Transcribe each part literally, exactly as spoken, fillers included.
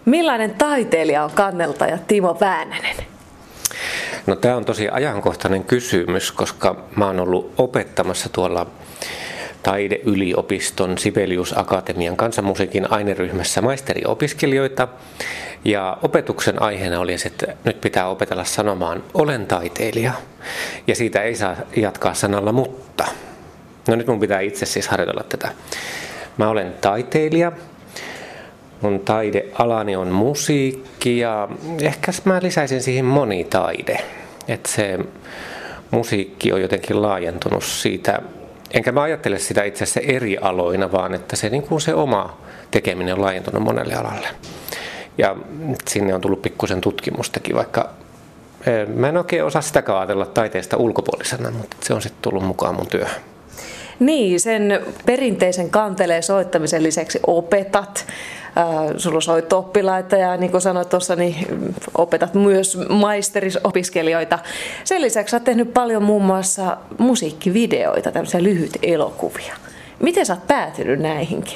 Millainen taiteilija on kanneltaja Timo Väänänen? No tämä on tosi ajankohtainen kysymys, koska mä oon ollut opettamassa tuolla Taideyliopiston Sibelius Akatemian kansanmusiikin aineryhmässä maisteriopiskelijoita. Ja opetuksen aiheena oli, että nyt pitää opetella sanomaan olen taiteilija. Ja siitä ei saa jatkaa sanalla mutta. No nyt mun pitää itse siis harjoitella tätä. Mä olen taiteilija. Mun taidealani on musiikki ja ehkä mä lisäisin siihen monitaide. Että se musiikki on jotenkin laajentunut siitä. Enkä mä ajattele sitä itse asiassa eri aloina, vaan että se, niin kuin se oma tekeminen on laajentunut monelle alalle. Ja sinne on tullut pikkusen tutkimustakin, vaikka mä en oikein osaa sitäkään ajatella taiteesta ulkopuolisena, mutta se on sitten tullut mukaan mun työhön. Niin, sen perinteisen kanteleen soittamisen lisäksi opetat. Äh, sulla on soitto-oppilaita ja niin kuin sanoit tuossa, niin opetat myös maisterisopiskelijoita. Sen lisäksi olet tehnyt paljon muun muassa musiikkivideoita, tämmöisiä lyhyt elokuvia. Miten sä oot päätynyt näihinkin?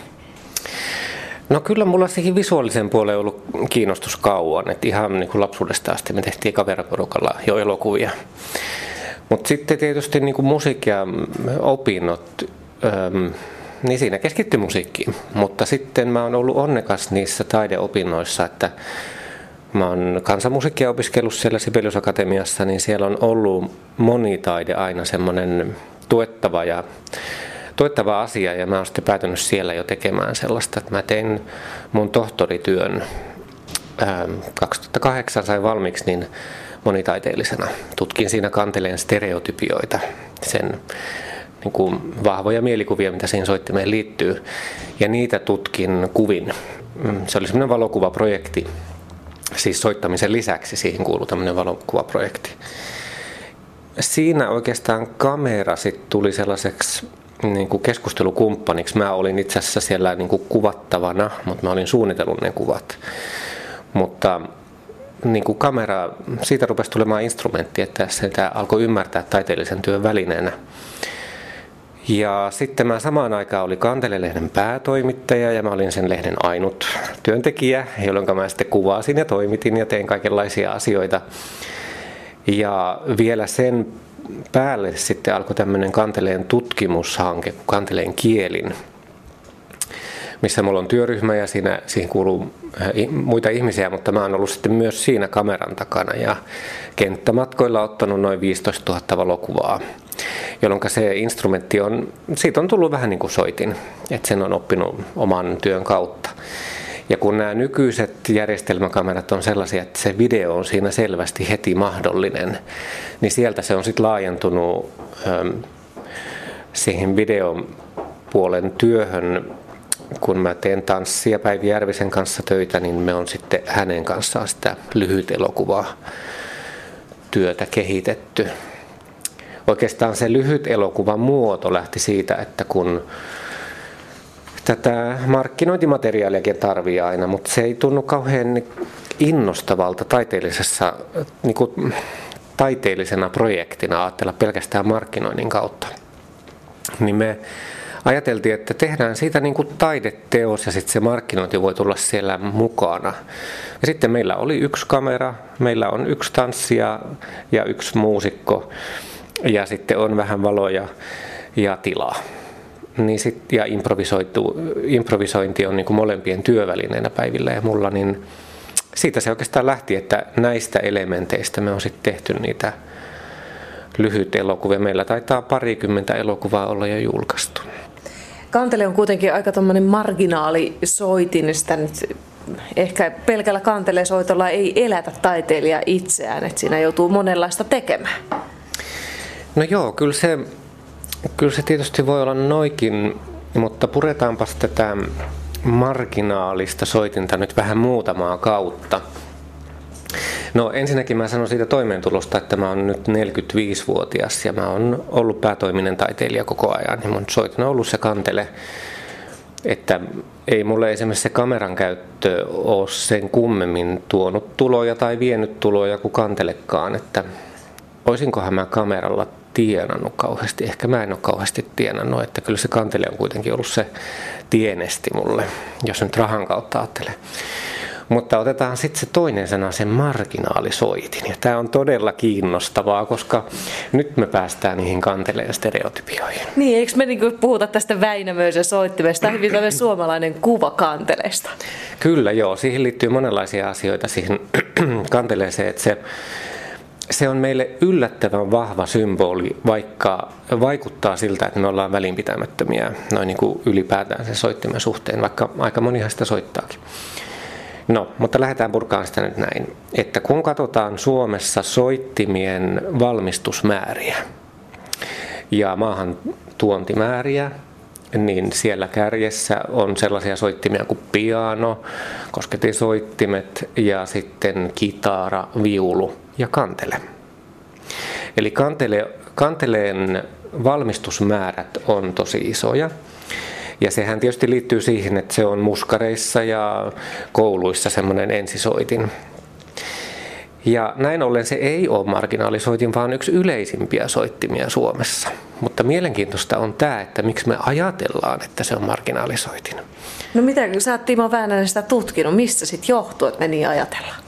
No kyllä mulla siihen visuaalisen puoleen on ollut kiinnostus kauan. Että ihan niin kuin lapsuudesta asti me tehtiin kaveriporukalla jo elokuvia. Mutta sitten tietysti niin kuin musiikki ja opinnot, ähm, niin siinä keskittyi musiikkiin. Mutta sitten mä oon ollut onnekas niissä taideopinnoissa, että mä oon kansanmusiikkia opiskellut siellä Sibelius Akatemiassa, niin siellä on ollut monitaide aina semmoinen tuettava ja tuettava asia. Ja mä oon sitten päätynyt siellä jo tekemään sellaista, että mä tein mun tohtorityön ähm, kaksituhattakahdeksan sain valmiiksi niin monitaiteellisena. Tutkin siinä kanteleen stereotypioita, sen niin kuin vahvoja mielikuvia, mitä siihen soittimeen liittyy, ja niitä tutkin kuvin. Se oli semmoinen valokuvaprojekti, siis soittamisen lisäksi siihen kuului tämmöinen valokuvaprojekti. Siinä oikeastaan kamera sit tuli sellaiseksi niin kuin keskustelukumppaniksi. Mä olin itse asiassa siellä niin kuin kuvattavana, mutta mä olin suunnitellut ne kuvat. Mutta niin kuin kamera, siitä rupesi tulemaan instrumentti, että sitä alkoi ymmärtää taiteellisen työn välineenä. Ja sitten mä samaan aikaan olin Kantele-lehden päätoimittaja ja mä olin sen lehden ainut työntekijä, jolloin mä sitten kuvasin ja toimitin ja tein kaikenlaisia asioita. Ja vielä sen päälle sitten alkoi tämmöinen Kanteleen tutkimushanke, Kanteleen kielin, missä mulla on työryhmä ja siinä, siihen kuuluu muita ihmisiä, mutta mä oon ollut sitten myös siinä kameran takana ja kenttämatkoilla ottanut noin viisitoistatuhatta valokuvaa, jolloin se instrumentti on, siitä on tullut vähän niin kuin soitin, että sen on oppinut oman työn kautta. Ja kun nämä nykyiset järjestelmäkamerat on sellaisia, että se video on siinä selvästi heti mahdollinen, niin sieltä se on sitten laajentunut ähm, siihen videon puolen työhön. Kun mä teen tanssia Päivi Järvisen kanssa töitä, niin me on sitten hänen kanssaan sitä lyhyt elokuvaa työtä kehitetty. Oikeastaan se lyhyt elokuvan muoto lähti siitä, että kun tätä markkinointimateriaaliakin tarvii aina, mutta se ei tunnu kauhean innostavalta taiteellisessa, niin kuin taiteellisena projektina ajatella pelkästään markkinoinnin kautta. Niin me ajateltiin, että tehdään siitä niin kuin taideteos ja sitten se markkinointi voi tulla siellä mukana. Ja sitten meillä oli yksi kamera, meillä on yksi tanssija ja yksi muusikko ja sitten on vähän valoja ja tilaa. Niin sit, ja improvisointi on niin kuin molempien työvälineenä Päivillä ja mulla, niin siitä se oikeastaan lähti, että näistä elementeistä me on sitten tehty niitä lyhyt elokuvia. Meillä taitaa parikymmentä elokuvaa olla jo julkaistu. Kantele on kuitenkin aika tommoinen marginaalisoitin, sitä nyt ehkä pelkällä kantelesoitolla ei elätä taiteilija itseään, että siinä joutuu monenlaista tekemään. No joo, kyllä se, kyllä se tietysti voi olla noikin, mutta puretaanpas tätä marginaalista soitinta nyt vähän muutamaa kautta. No ensinnäkin mä sanon siitä toimeentulosta, että mä oon nyt neljäkymmentäviisivuotias ja mä oon ollut päätoiminen taiteilija koko ajan. Ja mun soitin on ollut se kantele, että ei mulle esimerkiksi se kameran käyttö ole sen kummemmin tuonut tuloja tai vienyt tuloja kuin kantelekaan. Että olisinkohan mä kameralla tienannut kauheasti. Ehkä mä en ole kauheasti tienannut, että kyllä se kantele on kuitenkin ollut se tienesti mulle, jos nyt rahan kautta ajattelee. Mutta otetaan sitten se toinen sana, se marginaalisoitin. Ja tämä on todella kiinnostavaa, koska nyt me päästään niihin kanteleen stereotypioihin. Niin, eikö me niinku puhuta tästä Väinämöisen soittimesta? Tämä on hyvin tämmöinen suomalainen kuva kanteleesta. Kyllä, joo. Siihen liittyy monenlaisia asioita siihen kanteleeseen, että se, se on meille yllättävän vahva symboli, vaikka vaikuttaa siltä, että me ollaan välinpitämättömiä noin niin kuin ylipäätään sen soittimen suhteen, vaikka aika monihan sitä soittaakin. No, mutta lähdetään purkaan sitä nyt näin, että kun katsotaan Suomessa soittimien valmistusmääriä ja maahan tuontimääriä, niin siellä kärjessä on sellaisia soittimia kuin piano, kosketinsoittimet ja sitten kitara, viulu ja kantele. Eli kantele, kanteleen valmistusmäärät on tosi isoja. Ja sehän tietysti liittyy siihen, että se on muskareissa ja kouluissa semmoinen ensisoitin. Ja näin ollen se ei ole marginaalisoitin, vaan yksi yleisimpiä soittimia Suomessa. Mutta mielenkiintoista on tämä, että miksi me ajatellaan, että se on marginaalisoitin. No mitä, sä oot Timo Väänänen sitä tutkinut, mistä sitten johtuu, että me niin ajatellaan?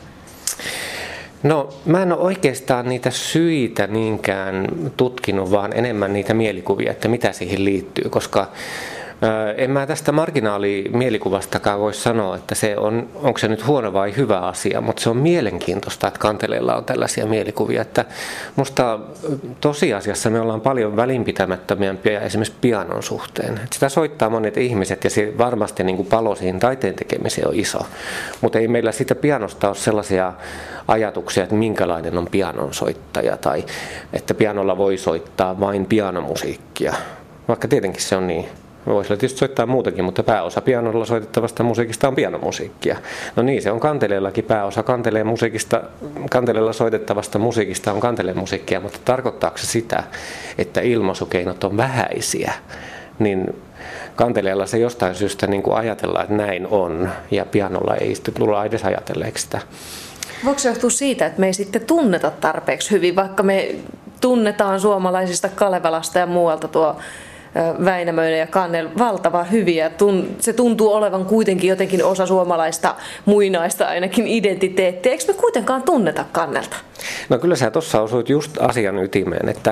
No mä en ole oikeastaan niitä syitä niinkään tutkinut, vaan enemmän niitä mielikuvia, että mitä siihen liittyy, koska en mä tästä marginaalimielikuvasta voi sanoa, että se on, onko se nyt huono vai hyvä asia, mutta se on mielenkiintoista, että kanteleilla on tällaisia mielikuvia. Että musta tosiasiassa me ollaan paljon välinpitämättömiä esimerkiksi pianon suhteen. Että sitä soittaa monet ihmiset ja se varmasti niin kuin palo siihen taiteen tekemiseen on iso, mutta ei meillä siitä pianosta ole sellaisia ajatuksia, että minkälainen on pianonsoittaja tai että pianolla voi soittaa vain pianomusiikkia, vaikka tietenkin se on niin. Voisi tietysti soittaa muutakin, mutta pääosa pianolla soitettavasta musiikista on pianomusiikkia. No niin, se on kanteleellakin pääosa kanteleen musiikista, kanteleella soitettavasta musiikista on kanteleen musiikkia, mutta tarkoittaako se sitä, että ilmaisukeinot on vähäisiä? Niin kanteleella se jostain syystä niin kuin ajatellaan, että näin on, ja pianolla ei sitten tulla edes ajatelleeksi sitä. Voiko se johtua siitä, että me ei sitten tunneta tarpeeksi hyvin, vaikka me tunnetaan suomalaisista Kalevalasta ja muualta tuo Väinämöinen ja Kannel valtavan hyviä. Se tuntuu olevan kuitenkin jotenkin osa suomalaista muinaista ainakin identiteettiä. Eikö me kuitenkaan tunneta Kannelta? No kyllä sä tuossa osuit just asian ytimeen, että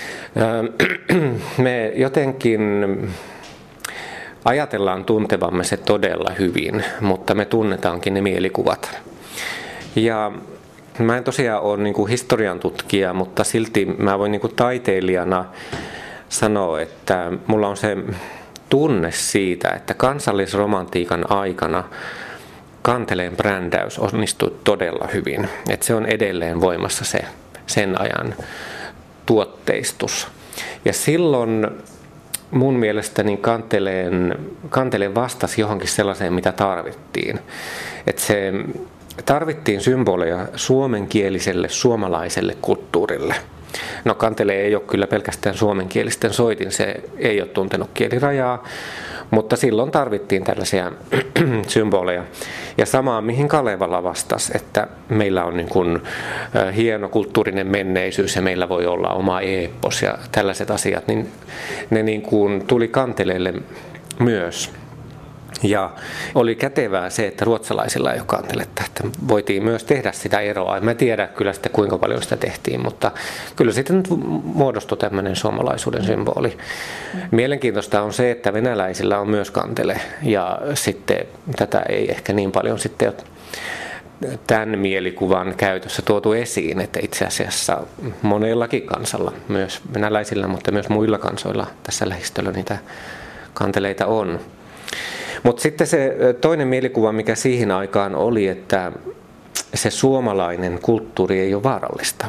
me jotenkin ajatellaan tuntevamme se todella hyvin, mutta me tunnetaankin ne mielikuvat. Ja mä en tosiaan ole niin kuin historian tutkija, mutta silti mä voin niin kuin taiteilijana sanoa, että mulla on se tunne siitä, että kansallisromantiikan aikana kanteleen brändäys onnistui todella hyvin. Että se on edelleen voimassa se sen ajan tuotteistus. Ja silloin mun mielestäni kanteleen, kanteleen vastasi johonkin sellaiseen, mitä tarvittiin. Että se tarvittiin symboleja suomenkieliselle suomalaiselle kulttuurille. No kantele ei ole kyllä pelkästään suomenkielisten soitin, se ei ole tuntenut kielirajaa, mutta silloin tarvittiin tällaisia symboleja. Ja samaa mihin Kalevala vastasi, että meillä on niin kuin hieno kulttuurinen menneisyys ja meillä voi olla oma eepos ja tällaiset asiat, niin ne niin kuin tuli kanteleelle myös. Ja oli kätevää se, että ruotsalaisilla ei ole kanteletta, että voitiin myös tehdä sitä eroa. En mä tiedä kyllä sitä, kuinka paljon sitä tehtiin, mutta kyllä sitten nyt muodostui tämmöinen suomalaisuuden symboli. Mielenkiintoista on se, että venäläisillä on myös kantele ja sitten tätä ei ehkä niin paljon sitten ole tämän mielikuvan käytössä tuotu esiin, että itse asiassa monellakin kansalla, myös venäläisillä, mutta myös muilla kansoilla tässä lähistöllä niitä kanteleita on. Mutta sitten se toinen mielikuva, mikä siihen aikaan oli, että se suomalainen kulttuuri ei ole vaarallista.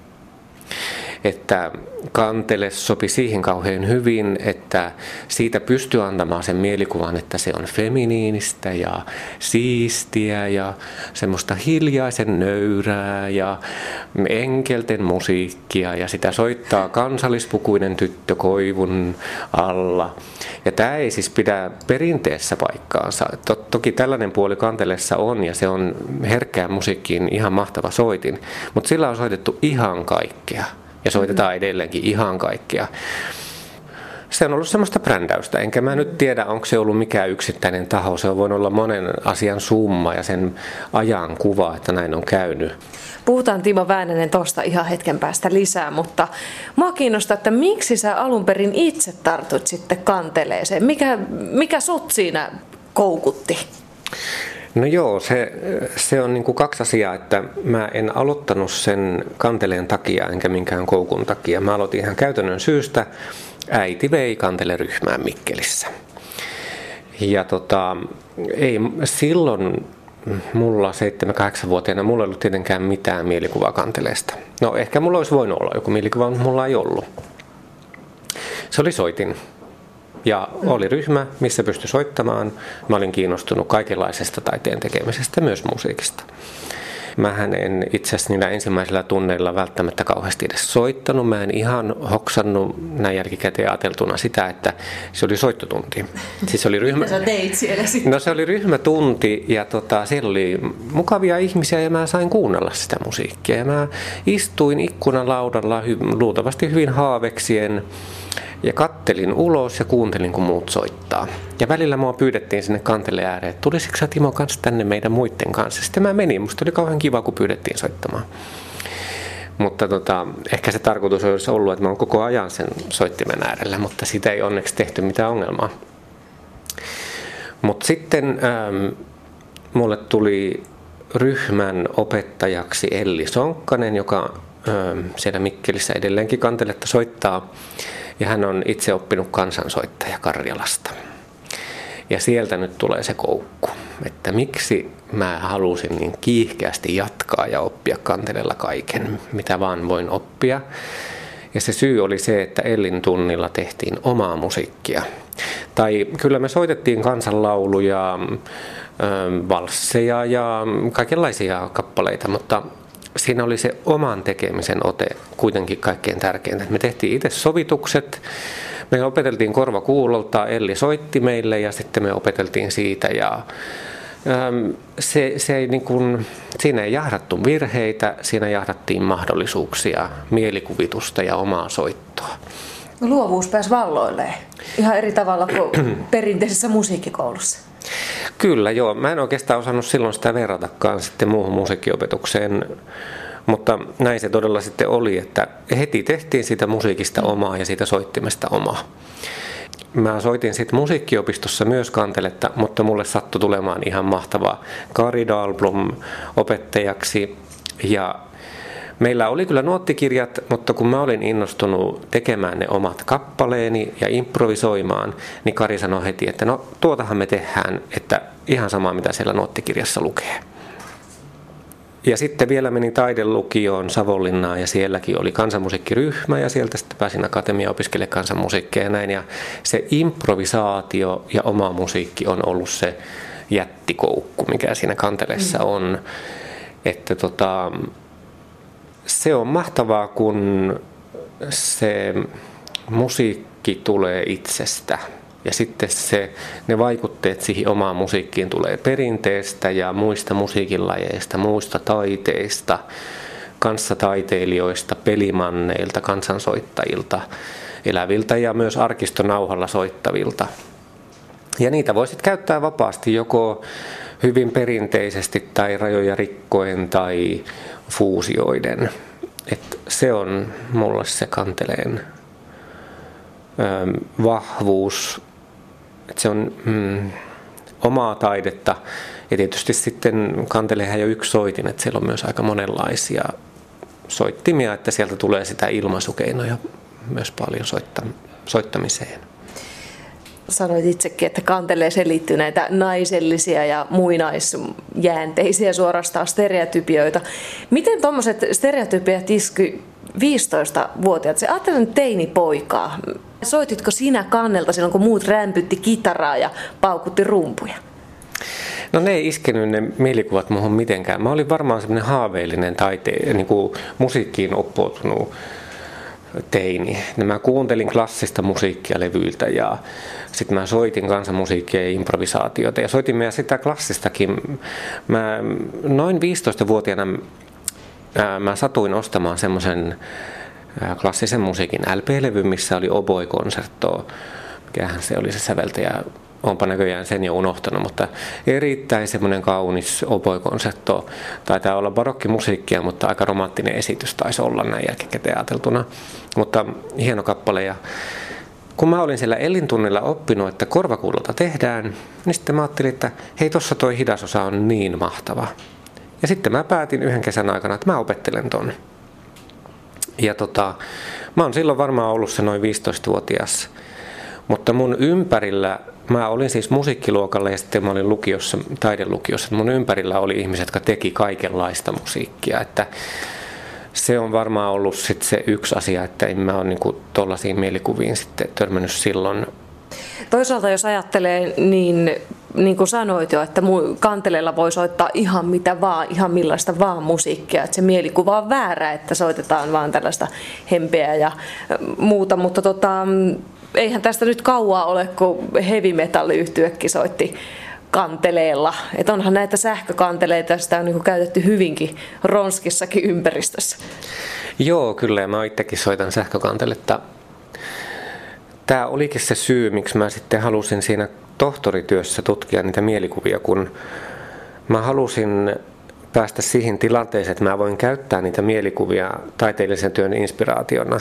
Että kantele sopi siihen kauhean hyvin, että siitä pystyy antamaan sen mielikuvan, että se on feminiinistä ja siistiä ja semmoista hiljaisen nöyrää ja enkelten musiikkia ja sitä soittaa kansallispukuinen tyttö koivun alla. Ja tämä ei siis pidä perinteessä paikkaansa. Toki tällainen puoli kanteleessa on ja se on herkkään musiikkiin ihan mahtava soitin, mutta sillä on soitettu ihan kaikkea. Ja soitetaan edelleenkin ihan kaikkea. Se on ollut semmoista brändäystä, enkä mä nyt tiedä, onko se ollut mikään yksittäinen taho. Se on voinut olla monen asian summa ja sen ajan kuva, että näin on käynyt. Puhutaan Timo Väänänen tuosta ihan hetken päästä lisää, mutta mua kiinnostaa, että miksi sä alun perin itse tartut sitten kanteleeseen? Mikä, mikä sut siinä koukutti? No joo, se, se on niin kuin kaksi asiaa, että mä en aloittanut sen kanteleen takia enkä minkään koukun takia. Mä aloitin ihan käytännön syystä. Äiti vei kanteleryhmään Mikkelissä. Ja tota, ei silloin mulla seitsemän-kahdeksanvuotiaana mulla ei ollut tietenkään mitään mielikuvaa kanteleesta. No ehkä mulla olisi voinut olla joku mielikuva, mutta mulla ei ollut. Se oli soitin. Ja oli ryhmä, missä pystyi soittamaan. Mä olin kiinnostunut kaikenlaisesta taiteen tekemisestä, myös musiikista. Mähän en itse asiassa niillä ensimmäisillä tunneilla välttämättä kauheasti edes soittanut. Mä en ihan hoksannut näin jälkikäteen ajateltuna sitä, että se oli soittotunti. Siis oli ryhmä... Mitä sä teit siellä sitten? No se oli ryhmätunti ja tota, siellä oli mukavia ihmisiä ja mä sain kuunnella sitä musiikkia. Ja mä istuin ikkunalaudalla hy- luultavasti hyvin haaveksien ja kattelin ulos ja kuuntelin, kun muut soittaa. Ja välillä mua pyydettiin sinne kanteleen ääreen, että tulisitko sä Timo kanssa tänne meidän muiden kanssa. Sitten mä menin, musta oli kauhean kiva, kun pyydettiin soittamaan. Mutta tota, ehkä se tarkoitus olisi ollut, että mä oon koko ajan sen soittimen äärellä, mutta siitä ei onneksi tehty mitään ongelmaa. Mutta sitten ähm, mulle tuli ryhmän opettajaksi Elli Sonkkanen, joka ähm, siellä Mikkelissä edelleenkin kanteletta soittaa. Ja hän on itse oppinut kansansoittaja Karjalasta. Ja sieltä nyt tulee se koukku, että miksi mä halusin niin kiihkeästi jatkaa ja oppia kantelella kaiken, mitä vaan voin oppia. Ja se syy oli se, että Ellin tunnilla tehtiin omaa musiikkia. Tai kyllä me soitettiin kansanlauluja, valsseja ja kaikenlaisia kappaleita, mutta siinä oli se oman tekemisen ote kuitenkin kaikkein tärkeintä. Me tehtiin itse sovitukset, me opeteltiin korva kuulolta, Elli soitti meille ja sitten me opeteltiin siitä. Ja, ähm, se, se ei niin kuin, siinä ei jahdattu virheitä, siinä jahdattiin mahdollisuuksia, mielikuvitusta ja omaa soittoa. Luovuus pääsi valloilleen ihan eri tavalla kuin perinteisessä musiikkikoulussa. Kyllä, joo. Mä en oikeastaan osannut silloin sitä verratakaan sitten muuhun musiikkiopetukseen, mutta näin se todella sitten oli, että heti tehtiin siitä musiikista omaa ja siitä soittimesta omaa. Mä soitin sitten musiikkiopistossa myös kanteletta, mutta mulle sattui tulemaan ihan mahtava Kari Dahlblom opettajaksi ja meillä oli kyllä nuottikirjat, mutta kun mä olin innostunut tekemään ne omat kappaleeni ja improvisoimaan, niin Kari sanoi heti, että no tuotahan me tehdään, että ihan sama mitä siellä nuottikirjassa lukee. Ja sitten vielä menin taidelukioon Savonlinnaan ja sielläkin oli kansanmusiikkiryhmä ja sieltä sitten pääsin akatemiaan opiskelemaan kansanmusiikkia ja näin. Ja se improvisaatio ja oma musiikki on ollut se jättikoukku, mikä siinä kanteleessa on. Että tota... Se on mahtavaa, kun se musiikki tulee itsestä ja sitten se, ne vaikutteet siihen omaan musiikkiin tulee perinteestä ja muista musiikinlajeista, muista taiteista, kanssataiteilijoista, pelimanneilta, kansansoittajilta, eläviltä ja myös arkistonauhalla soittavilta. Ja niitä voisit käyttää vapaasti joko hyvin perinteisesti tai rajoja rikkoen tai fuusioiden. Et se on mulle se kanteleen ö, vahvuus. Et se on mm, omaa taidetta. Ja tietysti sitten kanteleehän jo yksi soitin, että siellä on myös aika monenlaisia soittimia, että sieltä tulee sitä ilmaisukeinoja myös paljon soittam- soittamiseen. Sanoit itsekin, että kanteleeseen liittyy näitä naisellisia ja muinaisjäänteisiä suorastaan stereotypioita. Miten tuommoiset stereotypiat iski viisitoistavuotiaat? Se ajattelen teinipoikaa. Soititko sinä kannelta silloin, kun muut rämpytti kitaraa ja paukutti rumpuja? No ne ei iskenyt ne mielikuvat muuhun mitenkään. Mä olin varmaan semmoinen haaveellinen taite, niin kuin musiikkiin oppoutunut teini. Mä kuuntelin klassista musiikkia levyiltä ja sitten mä soitin kansanmusiikkia ja improvisaatiota ja soitin myös sitä klassistakin. Mä noin viisitoistavuotiaana ää, mä satuin ostamaan semmoisen klassisen musiikin L P-levy, missä oli Oboe Concerto. Mikähän se oli se säveltäjä, onpa näköjään sen jo unohtanut, mutta erittäin semmoinen kaunis Oboe Concerto. Taitaa olla barokkimusiikkia, mutta aika romanttinen esitys taisi olla näin jälkikäteen ajateltuna. Mutta hieno kappale. Ja kun mä olin siellä elintunnilla oppinut, että korvakuulolta tehdään, niin sitten mä ajattelin, että hei, tossa toi hidasosa on niin mahtava. Ja sitten mä päätin yhden kesän aikana, että mä opettelen ton. Ja tota, mä oon silloin varmaan ollut se noin viisitoistavuotias. Mutta mun ympärillä, mä olin siis musiikkiluokalla ja sitten mä olin lukiossa, taidelukiossa. Mun ympärillä oli ihmiset, jotka teki kaikenlaista musiikkia. Että se on varmaan ollut sit se yksi asia, että en mä ole niinku tollaisiin mielikuviin sitten törmännyt silloin. Toisaalta jos ajattelee, niin niin kuin sanoit jo, että kanteleella voi soittaa ihan mitä vaan, ihan millaista vaan musiikkia. Että se mielikuva on väärä, että soitetaan vaan tällaista hempeä ja muuta, mutta tota, eihän tästä nyt kauaa ole, kun heavy metal-yhtyekin soitti kanteleella. Että onhan näitä sähkökanteleita, sitä on niin kuin käytetty hyvinkin ronskissakin ympäristössä. Joo, kyllä. Mä itsekin soitan sähkökanteletta. Tämä olikin se syy, miksi mä sitten halusin siinä tohtorityössä tutkia niitä mielikuvia, kun mä halusin päästä siihen tilanteeseen, että mä voin käyttää niitä mielikuvia taiteellisen työn inspiraationa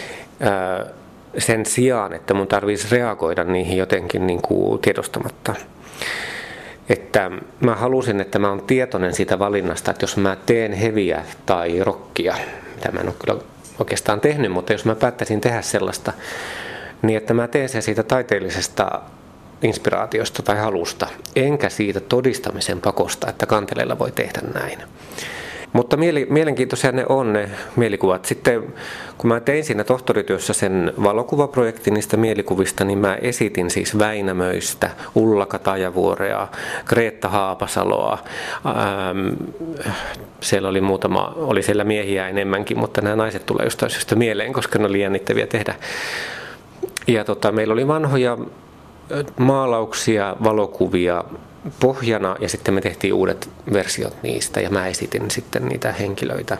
sen sijaan, että mun tarvitsisi reagoida niihin jotenkin niin kuin tiedostamatta. Että mä halusin, että mä oon tietoinen siitä valinnasta, että jos mä teen heviä tai rockia, mitä mä en ole kyllä oikeastaan tehnyt, mutta jos mä päättäisin tehdä sellaista, niin että mä teen sen siitä taiteellisesta inspiraatiosta tai halusta, enkä siitä todistamisen pakosta, että kanteleilla voi tehdä näin. Mutta mielenkiintoisia ne on ne mielikuvat. Sitten kun mä tein siinä tohtorityössä sen valokuvaprojektin niistä mielikuvista, niin mä esitin siis Väinämöistä, Ulla Katajavuorea, Kreetta Haapasaloa. Ähm, siellä oli muutama, oli siellä miehiä enemmänkin, mutta nämä naiset tulee jostain syystä mieleen, koska ne oli jännittäviä tehdä. Ja tota, meillä oli vanhoja maalauksia, valokuvia pohjana ja sitten me tehtiin uudet versiot niistä ja mä esitin sitten niitä henkilöitä.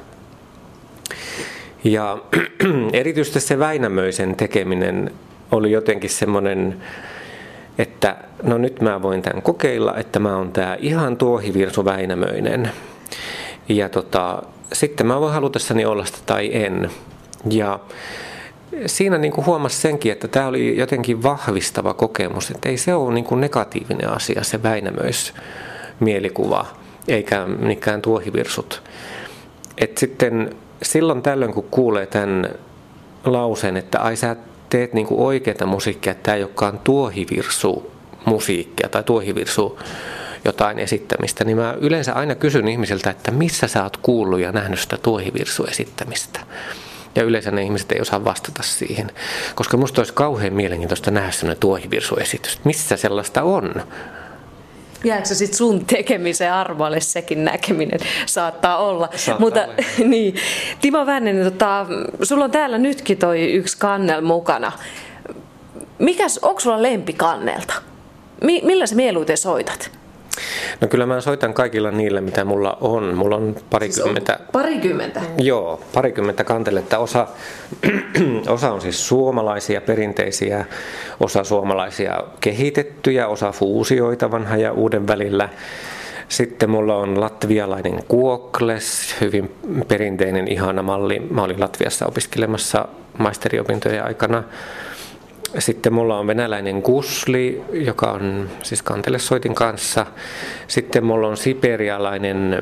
Ja erityisesti se Väinämöisen tekeminen oli jotenkin semmoinen, että no nyt mä voin tämän kokeilla, että mä oon tää ihan tuohivirsu Väinämöinen. Ja tota, sitten mä voin halutessani olla sitä tai en. Ja siinä niin kuin huomasi senkin, että tämä oli jotenkin vahvistava kokemus, että ei se ole niin kuin negatiivinen asia, se Väinämöis-mielikuva, eikä mikään tuohivirsut. Et sitten silloin tällöin, kun kuulee tämän lauseen, että ai sä teet niin kuin oikeaa musiikkia, että tämä ei olekaan tuohivirsu-musiikkia tai tuohivirsu jotain esittämistä, niin mä yleensä aina kysyn ihmisiltä, että missä sä oot kuullut ja nähnyt sitä tuohivirsu-esittämistä. Ja yleensä ne ihmiset ei osaa vastata siihen, koska musta olisi kauhean mielenkiintoista nähdä sellainen tuohivirsuesitys. Missä sellaista on? Jääkö se sitten sun tekemisen arvoille sekin näkeminen? Saattaa olla. Saattaa Mutta, olla. Niin. Timo Vännänen, tota, sulla on täällä nytkin toi yksi kannel mukana. Mikäs, onko sulla lempikannelta? Mi- millä sä mieluiten soitat? No kyllä mä soitan kaikilla niillä, mitä mulla on. Mulla on parikymmentä. Siis on parikymmentä? Joo, parikymmentä kanteletta. Osa, osa on siis suomalaisia, perinteisiä, osa suomalaisia kehitettyjä, osa fuusioita vanhan ja uuden välillä. Sitten mulla on latvialainen kuokles, hyvin perinteinen, ihana malli. Mä olin Latviassa opiskelemassa maisteriopintojen aikana. Sitten mulla on venäläinen gusli, joka on siis kantelesoitin kanssa. Sitten mulla on siperialainen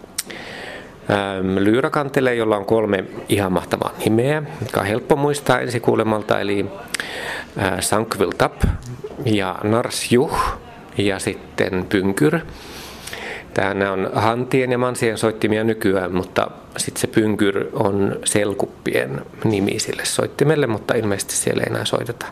ähm, lyyrakantele, jolla on kolme ihan mahtavaa nimeä, joka on helppo muistaa ensikuulemalta, eli äh, Sankviltap ja Narsjuh ja sitten Pynkyr. Nämä on hantien ja mansien soittimia nykyään, mutta sitten se Pynkyr on selkuppien nimi sille soittimelle, mutta ilmeisesti siellä ei enää soiteta.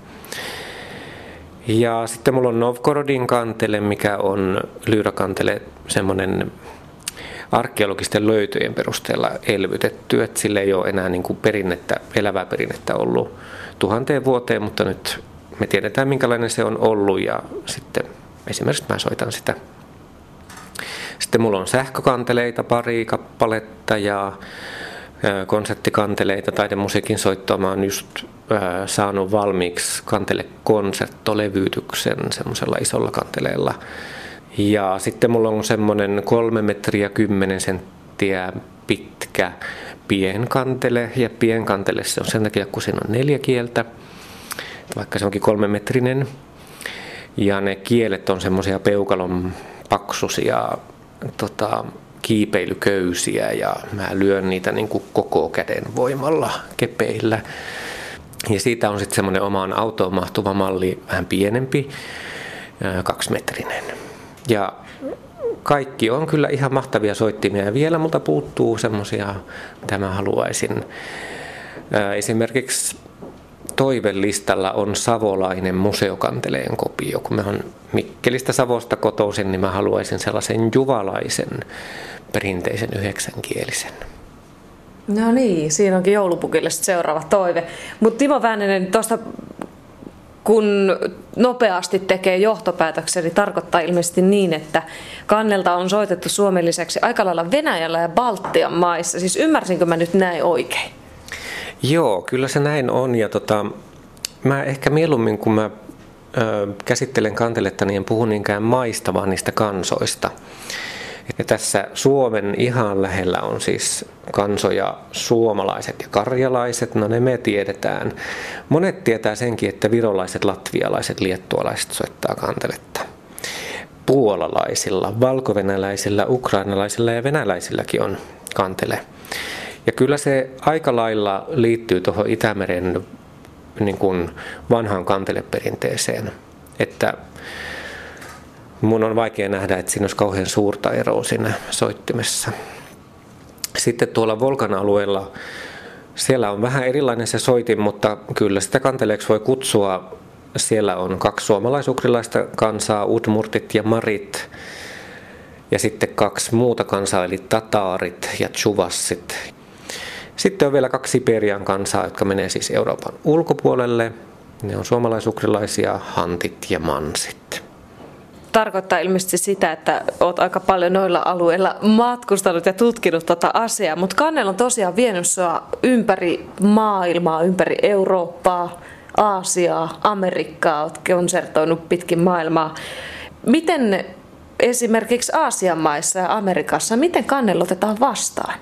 Ja sitten mulla on Novgorodin kantele, mikä on lyyrakantele, semmoinen arkeologisten löytöjen perusteella elvytetty, että sille ei ole enää niin kuin perinnettä, elävää perinnettä ollut tuhanteen vuoteen, mutta nyt me tiedetään minkälainen se on ollut ja sitten esimerkiksi mä soitan sitä. Sitten mulla on sähkökanteleita pari kappaletta ja konserttikanteleita, taidemusiikin soittoa. Mä oon just saanut valmiiksi kantelekonserttolevyytyksen semmoisella isolla kanteleella. Ja sitten mulla on semmoinen kolme metriä kymmenen senttiä pitkä pienkantele. Ja pienkantele se on sen takia, kun siinä on neljä kieltä, vaikka se onkin kolmemetrinen. Ja ne kielet on semmoisia peukalon paksuisia tota, kiipeilyköysiä ja mä lyön niitä niin kuin koko käden voimalla kepeillä. Ja siitä on sitten semmoinen omaan autoon mahtuva malli, vähän pienempi, kaksimetrinen. Ja kaikki on kyllä ihan mahtavia soittimia ja vielä multa puuttuu semmoisia, mitä mä haluaisin. Esimerkiksi toivelistalla on savolainen museokanteleen kopio. Kun mä oon Mikkelistä Savosta kotoisin, niin mä haluaisin sellaisen juvalaisen perinteisen yhdeksänkielisen. No niin, siinä onkin joulupukille seuraava toive. Mutta Timo Väänänen, tuosta kun nopeasti tekee johtopäätöksen, niin tarkoittaa ilmeisesti niin, että kannelta on soitettu Suomen lisäksi aika lailla Venäjällä ja Baltian maissa. Siis ymmärsinkö mä nyt näin oikein? Joo, kyllä se näin on. Ja tota, mä ehkä mieluummin, kun mä ö, käsittelen kanteletta, niin en puhu niinkään maista, vaan niistä kansoista. Ja tässä Suomen ihan lähellä on siis kansoja suomalaiset ja karjalaiset, no ne me tiedetään. Monet tietää senkin, että virolaiset, latvialaiset, liettualaiset soittaa kanteletta. Puolalaisilla, valkovenäläisillä, ukrainalaisilla ja venäläisilläkin on kantele. Ja kyllä se aika lailla liittyy tuohon Itämeren niin kuin vanhaan kanteleperinteeseen, että mun on vaikea nähdä, että siinä olisi kauhean suurta eroa siinä soittimessa. Sitten tuolla Volkan alueella, siellä on vähän erilainen se soitin, mutta kyllä sitä kanteleeksi voi kutsua. Siellä on kaksi suomalaisukrilaista kansaa, udmurtit ja marit, ja sitten kaksi muuta kansaa, eli tataarit ja tjuvassit. Sitten on vielä kaksi Siperian kansaa, jotka menee siis Euroopan ulkopuolelle. Ne on suomalaisukrilaisia, hantit ja mansit. Tarkoittaa ilmeisesti sitä, että olet aika paljon noilla alueilla matkustanut ja tutkinut tätä asiaa, mutta kannel on tosiaan vienyt sinua ympäri maailmaa, ympäri Eurooppaa, Aasiaa, Amerikkaa, olet konsertoinut pitkin maailmaa. Miten esimerkiksi Aasian maissa ja Amerikassa, miten kannel otetaan vastaan?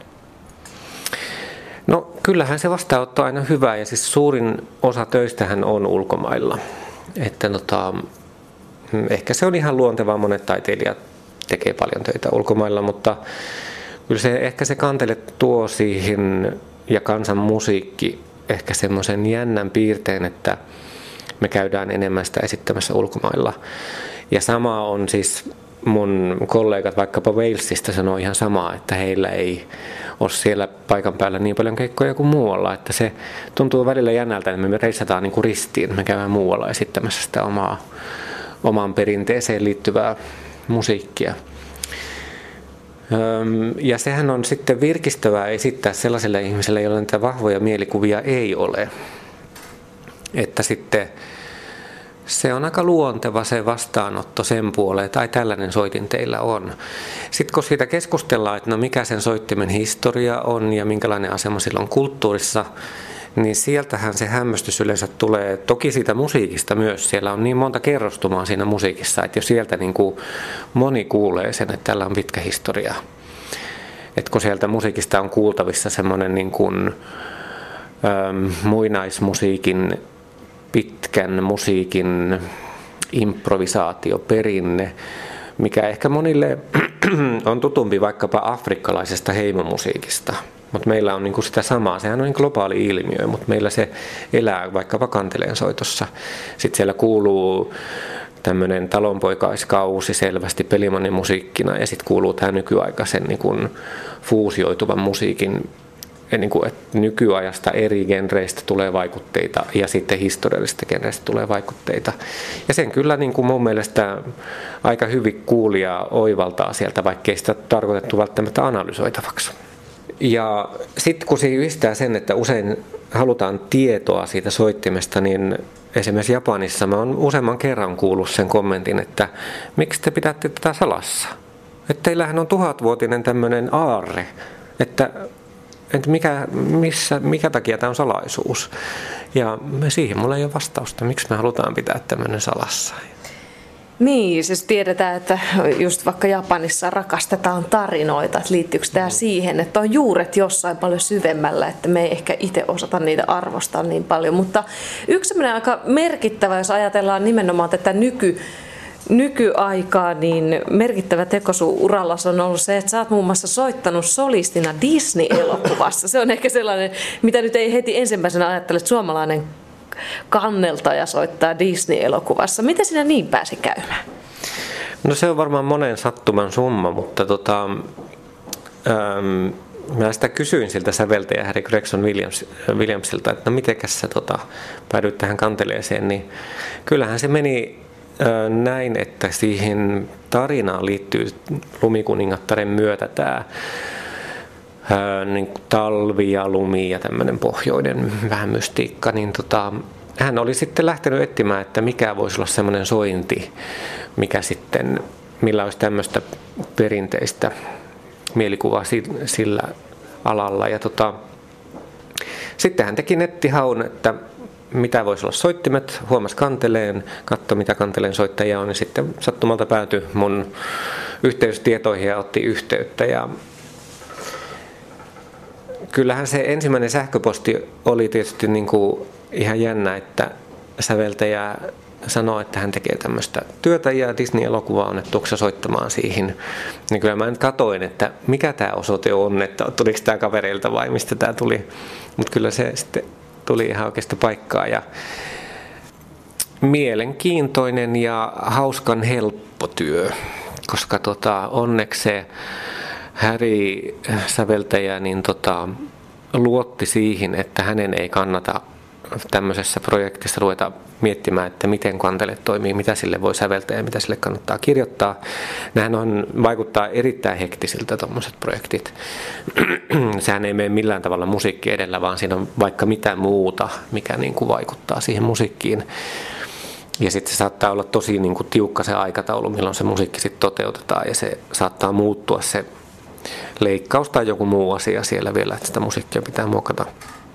No kyllähän se vastaanotto on aina hyvä ja siis suurin osa töistähän on ulkomailla. Että tota, ehkä se on ihan luontevaa, monet taiteilijat tekee paljon töitä ulkomailla, mutta kyllä se ehkä se kantele tuo siihen ja kansan musiikki ehkä semmoisen jännän piirteen, että me käydään enemmän sitä esittämässä ulkomailla. Ja sama on siis mun kollegat vaikkapa Walesista sanoo ihan samaa, että heillä ei ole siellä paikan päällä niin paljon keikkoja kuin muualla, että se tuntuu välillä jännältä, että me reissataan niin kuin ristiin, me käydään muualla esittämässä sitä omaa, omaan perinteeseen liittyvää musiikkia. Ja sehän on sitten virkistävää esittää sellaisille ihmisille, joilla niitä vahvoja mielikuvia ei ole, että sitten se on aika luonteva se vastaanotto sen puoleen, tai tällainen soitin teillä on. Sitten kun siitä keskustellaan, että no mikä sen soittimen historia on ja minkälainen asema sillä on kulttuurissa, niin sieltähän se hämmästys yleensä tulee. Toki siitä musiikista myös. Siellä on niin monta kerrostumaa siinä musiikissa, että jos sieltä niin kuin moni kuulee sen, että tällä on pitkä historia. Että kun sieltä musiikista on kuultavissa semmoinen niin kuin ähm, muinaismusiikin pitkän musiikin improvisaatioperinne, mikä ehkä monille on tutumpi vaikkapa afrikkalaisesta heimomusiikista. Mutta meillä on niinku sitä samaa, sehän on globaali ilmiö, mutta meillä se elää vaikkapa kanteleen soitossa. Sitten siellä kuuluu tämmöinen talonpoikaiskausi selvästi Pelimannin musiikkina ja sitten kuuluu tämä nykyaikaisen niinku fuusioituvan musiikin. Niin kuin, että nykyajasta eri genreistä tulee vaikutteita ja sitten historiallisista genreistä tulee vaikutteita. Ja sen kyllä niin kuin mun mielestä aika hyvin kuulija oivaltaa sieltä, vaikkei sitä tarkoitettu välttämättä analysoitavaksi. Ja sitten kun se yhdistää sen, että usein halutaan tietoa siitä soittimesta, niin esimerkiksi Japanissa mä oon useamman kerran kuullut sen kommentin, että miksi te pidätte tätä salassa? Että teillähän on tuhatvuotinen tämmöinen aarre, että että mikä, missä, mikä takia tämä on salaisuus. Ja siihen mulla ei ole vastausta, miksi me halutaan pitää tämmöinen salassa. Niin, siis tiedetään, että just vaikka Japanissa rakastetaan tarinoita, että liittyykö tämä siihen, että on juuret jossain paljon syvemmällä, että me ei ehkä itse osata niitä arvostaa niin paljon. Mutta yksi sellainen aika merkittävä, jos ajatellaan nimenomaan tätä nyky, nykyaikaa, niin merkittävä teko sun urallasi on ollut se, että sä oot muun muassa soittanut solistina Disney-elokuvassa. Se on ehkä sellainen, mitä nyt ei heti ensimmäisenä ajattele, että suomalainen kanneltaja soittaa Disney-elokuvassa. Miten sinä niin pääsi käymään? No se on varmaan monen sattuman summa, mutta tota, ähm, mä sitä kysyin siltä säveltäjä Harry Gregson Williams, Williamsilta, että no mitenkäs sä tota, päädyit tähän kanteleeseen, niin kyllähän se meni äh, näin, että siihen tarinaan liittyy Lumikuningattaren myötä tämä Ää, niin talvi ja lumi ja tämmöinen pohjoinen vähän mystiikka, niin tota, hän oli sitten lähtenyt etsimään, että mikä voisi olla semmoinen sointi, mikä sitten, millä olisi tämmöistä perinteistä mielikuvaa sillä alalla. Ja tota, sitten hän teki nettihaun, että mitä voisi olla soittimet, huomasi kanteleen, katsoi mitä kanteleen soittajia on, niin sitten sattumalta päätyi mun yhteystietoihin ja otti yhteyttä. Ja kyllähän se ensimmäinen sähköposti oli tietysti niin kuin ihan jännä, että säveltäjä sanoi, että hän tekee tämmöistä työtä ja Disney-elokuvaa on, että tuoksa soittamaan siihen. Niin kyllä mä nyt katoin, että mikä tämä osoite on, että tuliko tämä kavereilta vai mistä tämä tuli. Mutta kyllä se sitten tuli ihan oikeasta paikkaa ja mielenkiintoinen ja hauskan helppo työ, koska tota, onneksi se Harry säveltäjä niin tota, luotti siihen, että hänen ei kannata tämmöisessä projektissa ruveta miettimään, että miten kantele toimii, mitä sille voi säveltää ja mitä sille kannattaa kirjoittaa. Nämähän on, vaikuttaa erittäin hektisiltä tuommoiset projektit. Sehän ei mene millään tavalla musiikki edellä, vaan siinä on vaikka mitä muuta, mikä niin kuin vaikuttaa siihen musiikkiin. Ja sitten se saattaa olla tosi niin kuin tiukka se aikataulu, milloin se musiikki sitten toteutetaan ja se saattaa muuttua se leikkaus tai joku muu asia siellä vielä, että sitä musiikkia pitää muokata.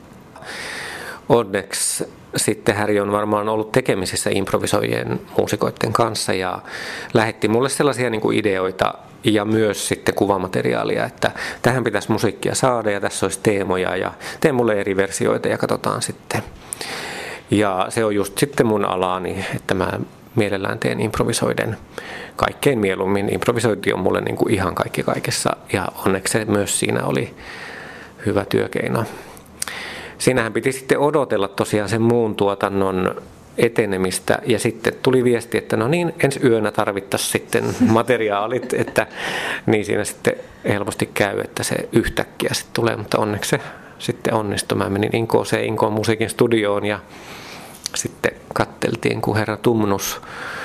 Onneksi sitten Harry on varmaan ollut tekemisissä improvisoijien muusikoiden kanssa ja lähetti mulle sellaisia niin kuin ideoita ja myös sitten kuvamateriaalia, että tähän pitäisi musiikkia saada ja tässä olisi teemoja ja tee mulle eri versioita ja katsotaan sitten. Ja se on just sitten mun alaani, että mä mielellään teen improvisoiden kaikkein mieluummin. Improvisointi on mulle niin kuin ihan kaikki kaikessa ja onneksi se myös siinä oli hyvä työkeino. Siinähän piti sitten odotella tosiaan sen muun tuotannon etenemistä ja sitten tuli viesti, että no niin, ensi yönä tarvittaisiin sitten materiaalit, että niin siinä sitten helposti käy, että se yhtäkkiä sitten tulee, mutta onneksi se sitten onnistui. Mä menin Inkoon se Inkoon musiikin studioon ja sitten katteltiin, kun herra Tumnus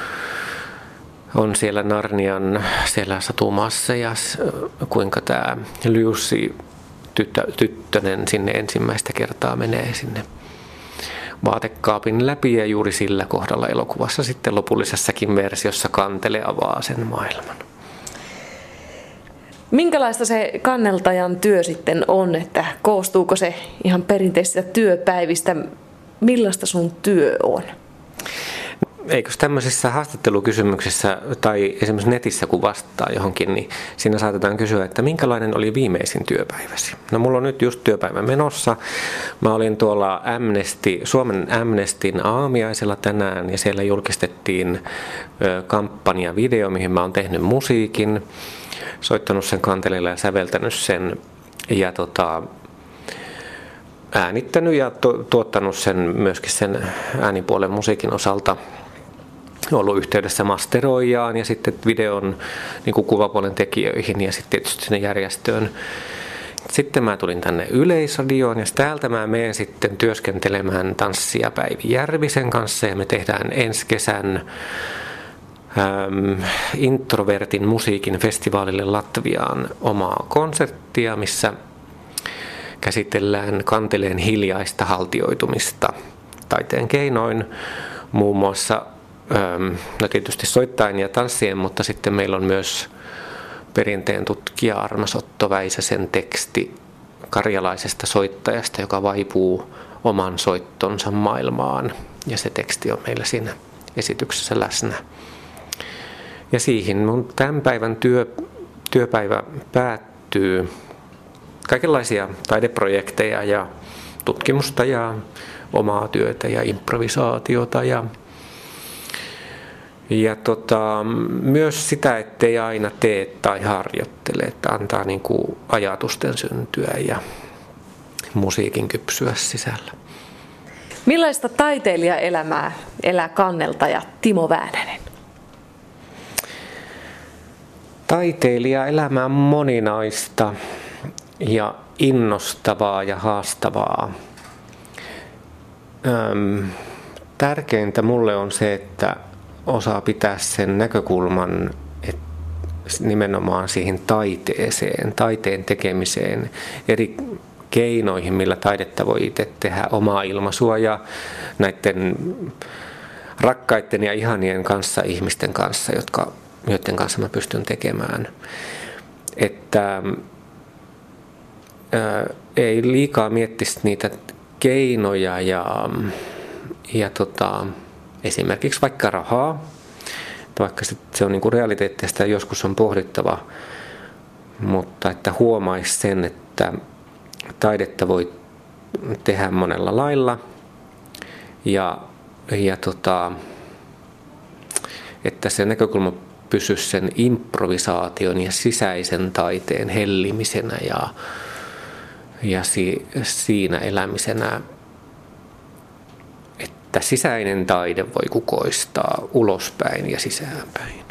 on siellä Narnian siellä satumaassa ja kuinka tämä Lucy tyttö, tyttönen sinne ensimmäistä kertaa menee sinne vaatekaapin läpi ja juuri sillä kohdalla elokuvassa sitten lopullisessakin versiossa kantele avaa sen maailman. Minkälaista se kanneltajan työ sitten on, että koostuuko se ihan perinteisistä työpäivistä? Millaista sun työ on? Eikös tämmöisissä haastattelukysymyksissä tai esimerkiksi netissä kun vastaa johonkin, niin siinä saatetaan kysyä, että minkälainen oli viimeisin työpäiväsi? No mulla on nyt just työpäivä menossa. Mä olin tuolla Amnesty, Suomen Amnestyn aamiaisella tänään ja siellä julkistettiin kampanjavideo, mihin mä oon tehnyt musiikin, soittanut sen kanteleella ja säveltänyt sen ja tota, äänittänyt ja tuottanut sen myöskin sen äänipuolen musiikin osalta. Ollut yhteydessä masteroijaan ja sitten videon niin kuin kuvapuolen tekijöihin ja sitten tietysti sinne järjestöön. Sitten mä tulin tänne Yleisradioon ja täältä mä menen sitten työskentelemään tanssia Päivi Järvisen kanssa ja me tehdään ensi kesän äm, Introvertin musiikin festivaalille Latviaan omaa konserttia, missä käsitellään kanteleen hiljaista haltioitumista taiteen keinoin, muun muassa no tietysti soittain ja tanssien, mutta sitten meillä on myös perinteen tutkija Armas Otto Väisäsen teksti karjalaisesta soittajasta, joka vaipuu oman soittonsa maailmaan. Ja se teksti on meillä siinä esityksessä läsnä. Ja siihen mun tämän päivän työ, työpäivä päättyy. Kaikenlaisia taideprojekteja ja tutkimusta ja omaa työtä ja improvisaatiota ja, ja tota, myös sitä, ettei aina tee tai harjoittele, että antaa niin kuin ajatusten syntyä ja musiikin kypsyä sisällä. Millaista taiteilijaelämää elää kanneltaja Timo Väänänen? Taiteilijaelämä on moninaista ja innostavaa ja haastavaa. Öm, tärkeintä mulle on se, että osaa pitää sen näkökulman et nimenomaan siihen taiteeseen, taiteen tekemiseen, eri keinoihin, millä taidetta voi itse tehdä, omaa ilmaisua ja näiden rakkaiden ja ihanien kanssa ihmisten kanssa, jotka, joiden kanssa mä pystyn tekemään. Että ää, ei liikaa miettisi niitä keinoja ja, ja tota, esimerkiksi vaikka rahaa, vaikka se on niinku realiteetti, sitä joskus on pohdittava, mutta että huomaisi sen, että taidetta voi tehdä monella lailla ja, ja tota, että se näkökulma pysyisi sen improvisaation ja sisäisen taiteen hellimisenä ja, ja si, siinä elämisenä, että sisäinen taide voi kukoistaa ulospäin ja sisäänpäin.